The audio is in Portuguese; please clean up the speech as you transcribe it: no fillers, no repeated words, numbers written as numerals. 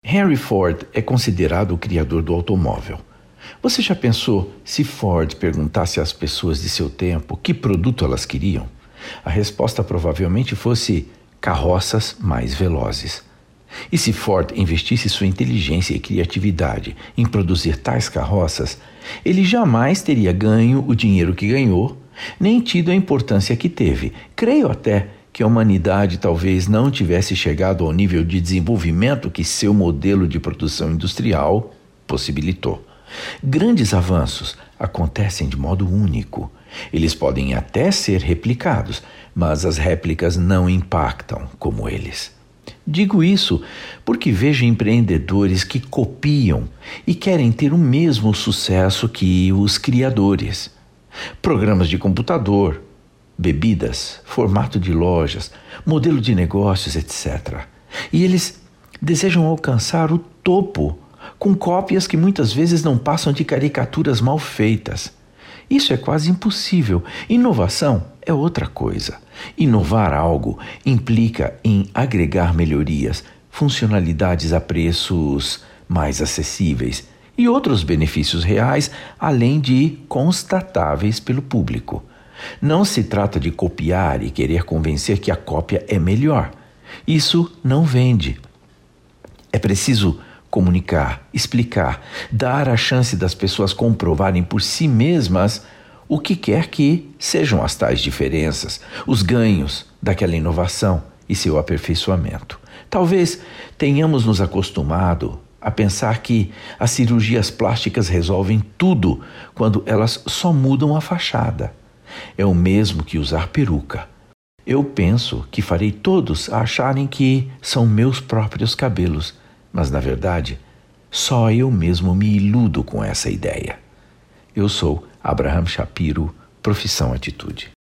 Henry Ford é considerado o criador do automóvel. Você já pensou se Ford perguntasse às pessoas de seu tempo que produto elas queriam? A resposta provavelmente fosse carroças mais velozes. E se Ford investisse sua inteligência e criatividade em produzir tais carroças, ele jamais teria ganho o dinheiro que ganhou, nem tido a importância que teve. Creio até que a humanidade talvez não tivesse chegado ao nível de desenvolvimento que seu modelo de produção industrial possibilitou. Grandes avanços acontecem de modo único. Eles podem até ser replicados, mas as réplicas não impactam como eles. Digo isso porque vejo empreendedores que copiam e querem ter o mesmo sucesso que os criadores. Programas de computador, bebidas, formato de lojas, modelo de negócios, etc. E eles desejam alcançar o topo com cópias que muitas vezes não passam de caricaturas mal feitas. Isso é quase impossível. Inovação é outra coisa. Inovar algo implica em agregar melhorias, funcionalidades a preços mais acessíveis e outros benefícios reais, além de constatáveis pelo público. Não se trata de copiar e querer convencer que a cópia é melhor. Isso não vende. É preciso comunicar, explicar, dar a chance das pessoas comprovarem por si mesmas o que quer que sejam as tais diferenças, os ganhos daquela inovação e seu aperfeiçoamento. Talvez tenhamos nos acostumado a pensar que as cirurgias plásticas resolvem tudo quando elas só mudam a fachada. É o mesmo que usar peruca. Eu penso que farei todos acharem que são meus próprios cabelos, mas, na verdade, só eu mesmo me iludo com essa ideia. Eu sou Abraham Shapiro, profissão Atitude.